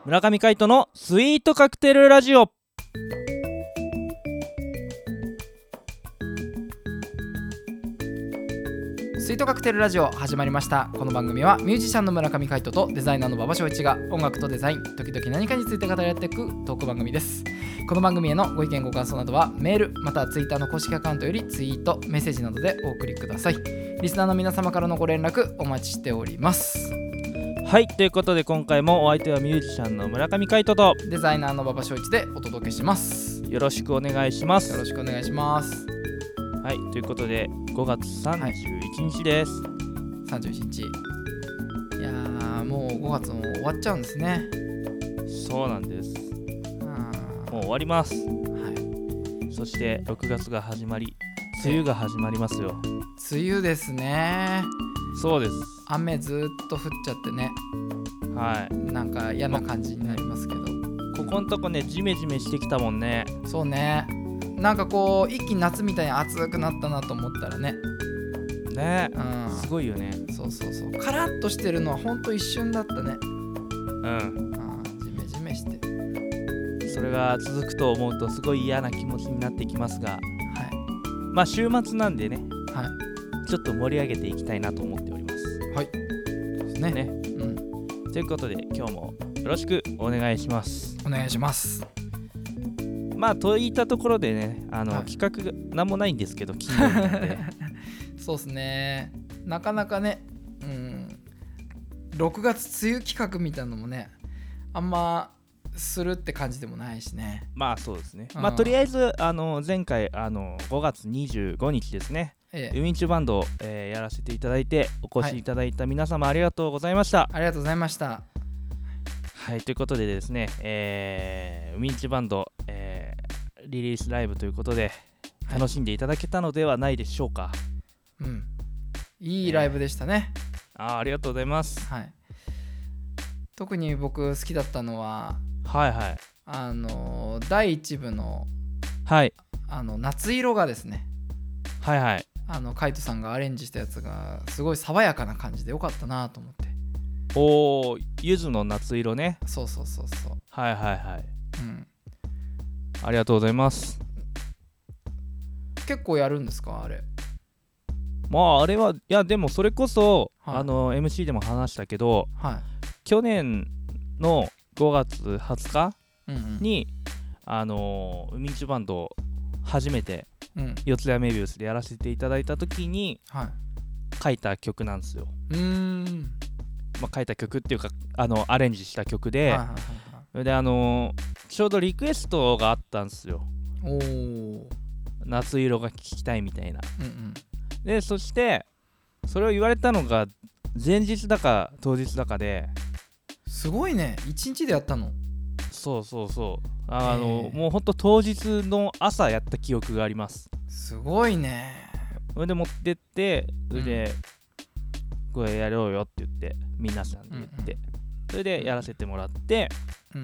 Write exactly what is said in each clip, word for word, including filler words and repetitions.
村上海人のスイートカクテルラジオ。 スイートカクテルラジオ始まりました。この番組はミュージシャンの村上海人とデザイナーの馬場翔一が音楽とデザイン、時々何かについて語り合っていくトーク番組です。この番組へのご意見ご感想などはメールまたはツイッターの公式アカウントよりツイート、メッセージなどでお送りください。リスナーの皆様からのご連絡お待ちしております。 はい、ということで今回もお相手はミュージシャンの村上海人とデザイナーの馬場翔一でお届けします。 よろしくお願いします。 よろしくお願いします。 はい、ということでごがつさんじゅういちにちです、はい、 さんじゅういちにち、いやーもうごがつも終わっちゃうんですね。 そうなんです。もう終わります、はい、そしてろくがつが始まり、梅雨が始まりますよ。 梅雨ですね。 そうです。 雨ずっと降っちゃってね、 はい、 なんか嫌な感じになりますけど、 ここんとこねジメジメしてきたもんね。 そうね、なんかこう一気に夏みたいに暑くなったなと思ったらねね、 うん、 すごいよね。 そうそうそう、カラッとしてるのはほんと一瞬だったね。 うん、 あジメジメして、 それが続くと思うとすごい嫌な気持ちになってきますが、はい、まあ週末なんでね、はい、ちょっと盛り上げていきたいなと思っております。 はい、ですね。ね、うん、 ということで今日もよろしくお願いします。 お願いします。 まあといったところでね、あの、はい、企画がなんもないんですけど金曜日なんでそうですね、なかなかね、うん、ろくがつ梅雨企画みたいなのもねあんまするって感じでもないしね。 まあそうですね、うん、まあとりあえずあの前回あのごがつにじゅうごにちですね、ええ、ウミンチュバンドを、えー、やらせていただいてお越しいただいた皆様、はい、ありがとうございました。 ありがとうございました。 はい、ということでですね、えー、ウミンチュバンド、えー、リリースライブということで楽しんでいただけたのではないでしょうか。はい、 うん、いいライブでしたね。 えー、あ, ありがとうございます。 はい、特に僕好きだったのは、 はいはい、 あのだいいちぶの、 はい、 あの夏色がですね、 はいはい、 あのカイトさんがアレンジしたやつがすごい爽やかな感じでよかったなと思って。 おー、ゆずの夏色ね。 そうそうそうそう、 はいはいはい、 うん、 ありがとうございます。 結構やるんですかあれ。 まああれはいやでもそれこそ、はい、あの エムシー でも話したけど、はい、去年のごがつはつかに、うんうん、あのウミンチュバンドを初めて、うん、四谷メビウスでやらせていただいた時に、はい、書いた曲なんですよ。 うーん、 まあ、書いた曲っていうかあのアレンジした曲で、はいはいはいはい、であのちょうどリクエストがあったんですよ。おー、夏色が聴きたいみたいな、うんうん、でそしてそれを言われたのが前日だか当日だかで。 すごいね、いちにちでやったの。 そうそうそう、あのもうほんと当日の朝やった記憶があります。 すごいね。 それで持ってってそれで、うん、これやろうよって言って皆さんで言って、うんうん、それでやらせてもらって、うん、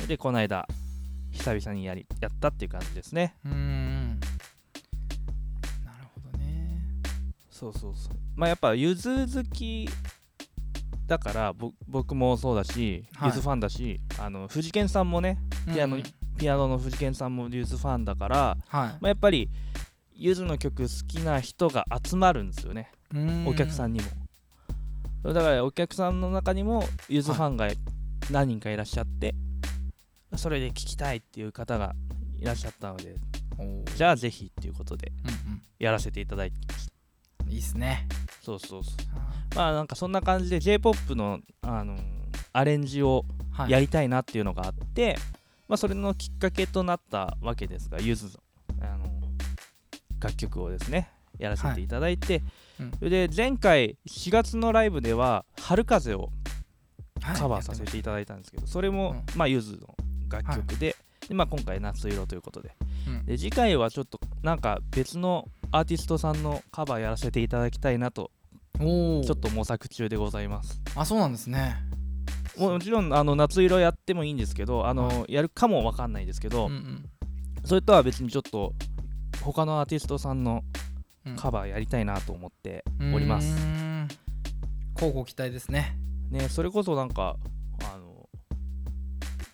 でこの間久々にやりやったっていう感じですね。 うーん、なるほどね。 そうそうそう、まあやっぱゆず好きだから僕もそうだし、はい、ゆずファンだし、あの藤健さんもね、ピアノ、うん、ピアノの藤健さんもゆずファンだから、はい、まあ、やっぱりゆずの曲好きな人が集まるんですよね、お客さんにも。だからお客さんの中にもゆずファンが何人かいらっしゃって、はい、それで聴きたいっていう方がいらっしゃったので、じゃあぜひっていうことでやらせていただいてきました。 いいっすね。 そうそうそう、まあなんかそんな感じで J-ポップ の、あのー、アレンジをやりたいなっていうのがあって、はい、まあそれのきっかけとなったわけですが、ゆずの、あのー、楽曲をですねやらせていただいて、はい、うん、それで前回しがつのライブでは春風をカバーさせていただいたんですけど、それも、うん、まあゆずの楽曲で、はい、でまあ、今回夏色ということで、うん、で次回はちょっとなんか別のアーティストさんのカバーやらせていただきたいなとちょっと模索中でございます。 あ、そうなんですね。 もちろんあの夏色やってもいいんですけど、あの、はい、やるかもわかんないですけど、うんうん、それとは別にちょっと他のアーティストさんのカバーやりたいなと思っております。 うん、交互期待ですね。 ね、それこそなんかあの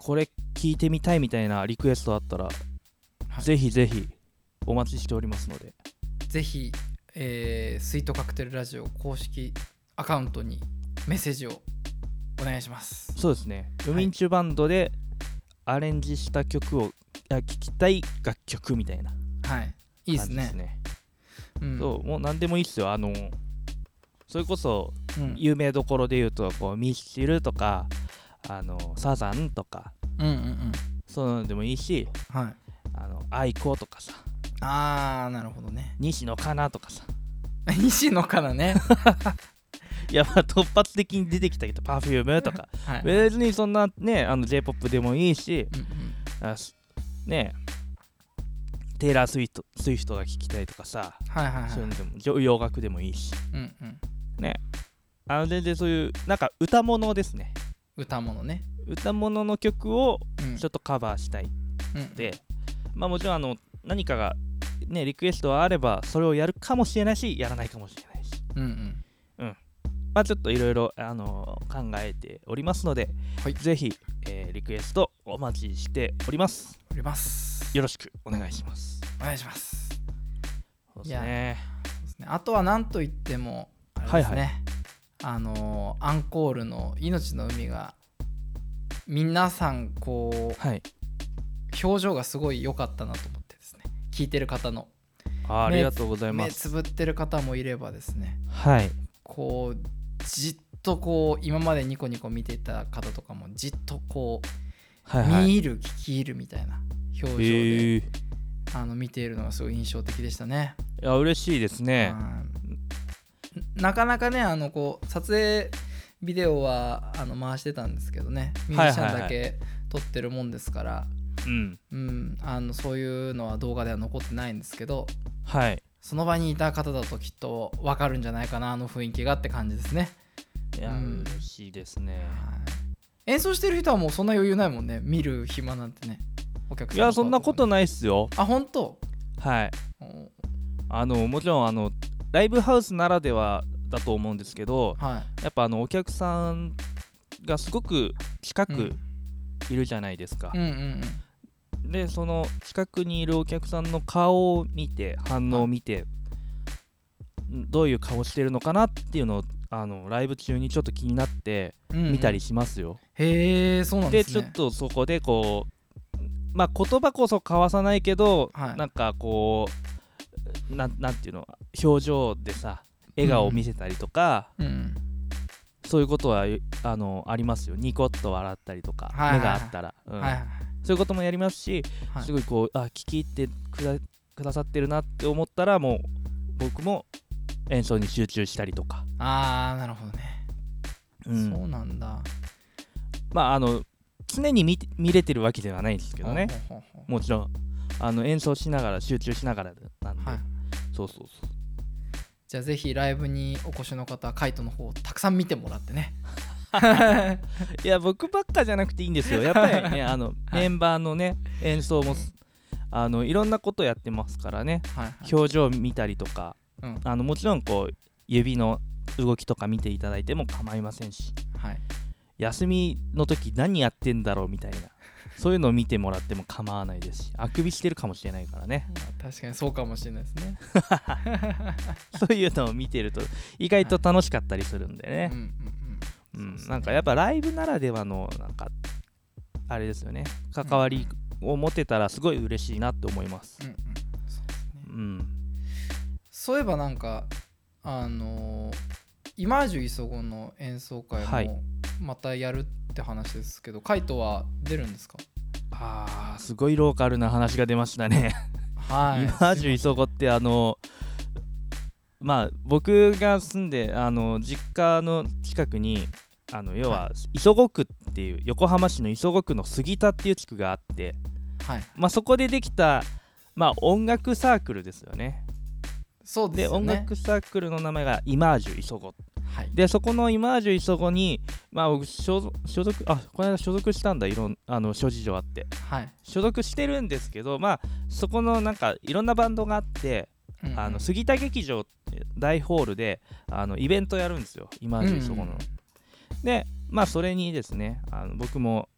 これ聞いてみたいみたいなリクエストあったら、はい、ぜひぜひお待ちしておりますので、 ぜひ、えー、スイートカクテルラジオ公式アカウントにメッセージをお願いします。 そうですね、ウミンチュバンドでアレンジした曲を聴きたい楽曲みたいな、 はい、いいですね。 うん、そうもう何でもいいっすよ。あのそれこそ有名どころで言うとこうミスチルとかあのサザンとか、 うんうんうん、 そういうのでもいいし、 はい、 あのアイコとかさ、 あーなるほどね、 西野カナとかさ西野カナねいやまあ突発的に出てきたけど パフューム とかはい、別にそんなねあの J-ポップ でもいいし、うんうん、あねテイラー・スウィフト、スウィフトが聴きたいとかさ、 はいはいはい、 そういうのでも洋楽でもいいし、 うんうん、 ね、あの全然そういうなんか歌物ですね。 歌物ね。 歌物の曲をちょっとカバーしたいで、うん、まあもちろんあの何かがねリクエストがあればそれをやるかもしれないしやらないかもしれないし、 うんうんうん、まあちょっといろいろあの考えておりますので、はい、ぜひ、えー、リクエストお待ちしております。 おります。 よろしくお願いします。 お願いします。 そうですね。 そうですね。あとは何と言ってもあれですね、はいはい、あのアンコールの命の海が皆さんこう、はい、表情がすごい良かったなと思ってですね、聞いてる方のあ, ありがとうございます。 目つぶってる方もいればですね、 はい、 こうじっとこう今までニコニコ見ていた方とかもじっとこう、はいはい、見入る聞き入るみたいな表情であの見ているのがすごい印象的でしたね。 いや嬉しいですね。 なかなかねあのこう撮影ビデオはあの回してたんですけどね、ミュージシャンだけ撮ってるもんですから、はいはいはい、うんうん、あのそういうのは動画では残ってないんですけど、 はい、 その場にいた方だときっと分かるんじゃないかな、あの雰囲気がって感じですね。 いや、うん、嬉しいですね、はい、 演奏してる人はもうそんな余裕ないもんね、見る暇なんてね、お客さん、ね、 いやそんなことないっすよ。 あ、本当？ はい、あのもちろんあのライブハウスならではだと思うんですけど、はい、やっぱあのお客さんがすごく近くいるじゃないですか、うんうんうんうん、でその近くにいるお客さんの顔を見て反応を見て、はい、どういう顔してるのかなっていうのをあのライブ中にちょっと気になって見たりしますよ、 うんうん、へー、そうなんですね。 でちょっとそこでこうまあ言葉こそ交わさないけど、はい、なんかこう な, なんていうの表情でさ笑顔を見せたりとか、うんうん、そういうことは あ, のありますよ。ニコッと笑ったりとか、はいはいはい、目があったら、うんはいはい、そういうこともやりますし、はい、すごいこうあ聞き入ってく だ, くださってるなって思ったらもう僕も演奏に集中したりとか。 あーなるほどね、うん、そうなんだ。 まああの常に 見, 見れてるわけではないんですけどね、ほうほうほう、もちろんあの演奏しながら集中しながらなんで、はい、そうそうそう。 じゃあぜひライブにお越しの方はカイトの方をたくさん見てもらってねいや僕ばっかじゃなくていいんですよ。やっぱりねあの、はい、メンバーのね演奏もあのいろんなことやってますからね、はいはい、表情見たりとか、うん、あのもちろんこう指の動きとか見ていただいても構いませんし、はい、休みの時何やってんだろうみたいなそういうのを見てもらっても構わないですし、あくびしてるかもしれないからね。 確かにそうかもしれないですねそういうのを見てると意外と楽しかったりするんでね、はい、うんうんうん、なんかやっぱライブならではのなんかあれですよね、関わりを持てたらすごい嬉しいなって思います。うんうん、そうですね、うん、 そういえばなんかあのー、イマージュイソゴの演奏会もまたやるって話ですけど、カイトは出るんですか？ あーすごいローカルな話が出ましたねはい、イマージュイソゴってあのまあ僕が住んであの実家の近くにあの要は磯子区っていう横浜市の磯子区の杉田っていう地区があって、はい、まあそこでできたまあ音楽サークルですよね。 そうですよね。 で音楽サークルの名前がイマージュイソゴ、はい、でそこのイマージュイソゴにまあ僕所属あこの間所属したんだ、いろんあの諸事情あって、はい、所属してるんですけど、まあそこのなんかいろんなバンドがあって、うんうん、あの杉田劇場って大ホールであのイベントやるんですよ、イマージュイソゴの、うんうん、でまあそれにですねあの僕も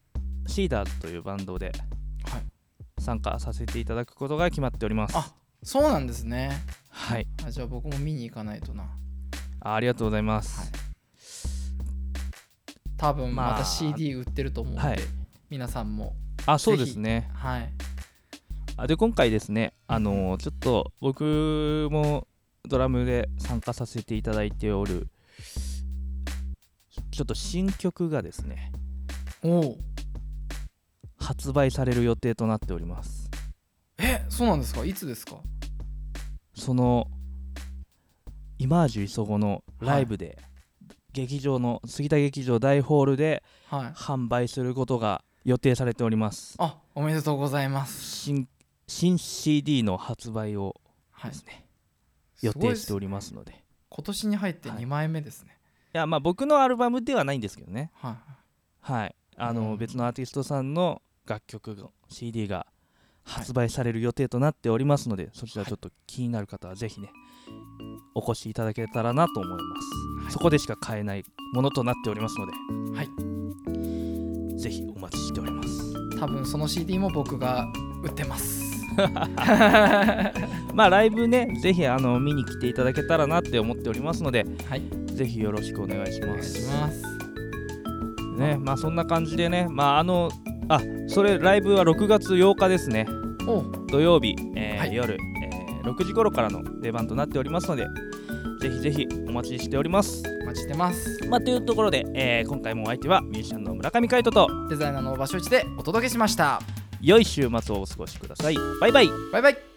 シーダーというバンドではい参加させていただくことが決まっております。 あ、そうなんですね。 はい。 あ、じゃあ僕も見に行かないとな。 あ、ありがとうございます。 はい、多分まあまた シーディー 売ってると思うので、 はい、 皆さんも。 あ、そうですね。 はい。 あで今回ですね、あのー、ちょっと僕もドラムで参加させていただいておるちょっと新曲がですね、 お発売される予定となっております。 え、そうなんですか？いつですか？ そのイマージュ磯子のライブで、はい、劇場の杉田劇場大ホールで販売することが予定されております。 あ、おめでとうございます。 新新 シーディー の発売をですね、はい、予定しておりますので、 今年に入ってにまいめですね。はい、 いやまあ僕のアルバムではないんですけどね、 はい、 はい、あの、うん、別のアーティストさんの楽曲の シーディー が発売される予定となっておりますので、はい、そちらちょっと気になる方はぜひねお越しいただけたらなと思います。はい、そこでしか買えないものとなっておりますので、はい、ぜひお待ちしております。 多分その シーディー も僕が売ってますまあライブね、ぜひあの見に来ていただけたらなって思っておりますので、はい、ぜひよろしくお願いします。お願いしますね。まあそんな感じでね、まああのあそれライブはろくがつようかですね、土曜日、えーはい、夜、えー、ろくじ頃からの出番となっておりますので、ぜひぜひお待ちしております。 お待ちしてます。 まあというところで、えー、今回もお相手はミュージシャンの村上海人とデザイナーの場所一でお届けしました。 良い週末をお過ごしください。バイバイ。 バイバイ。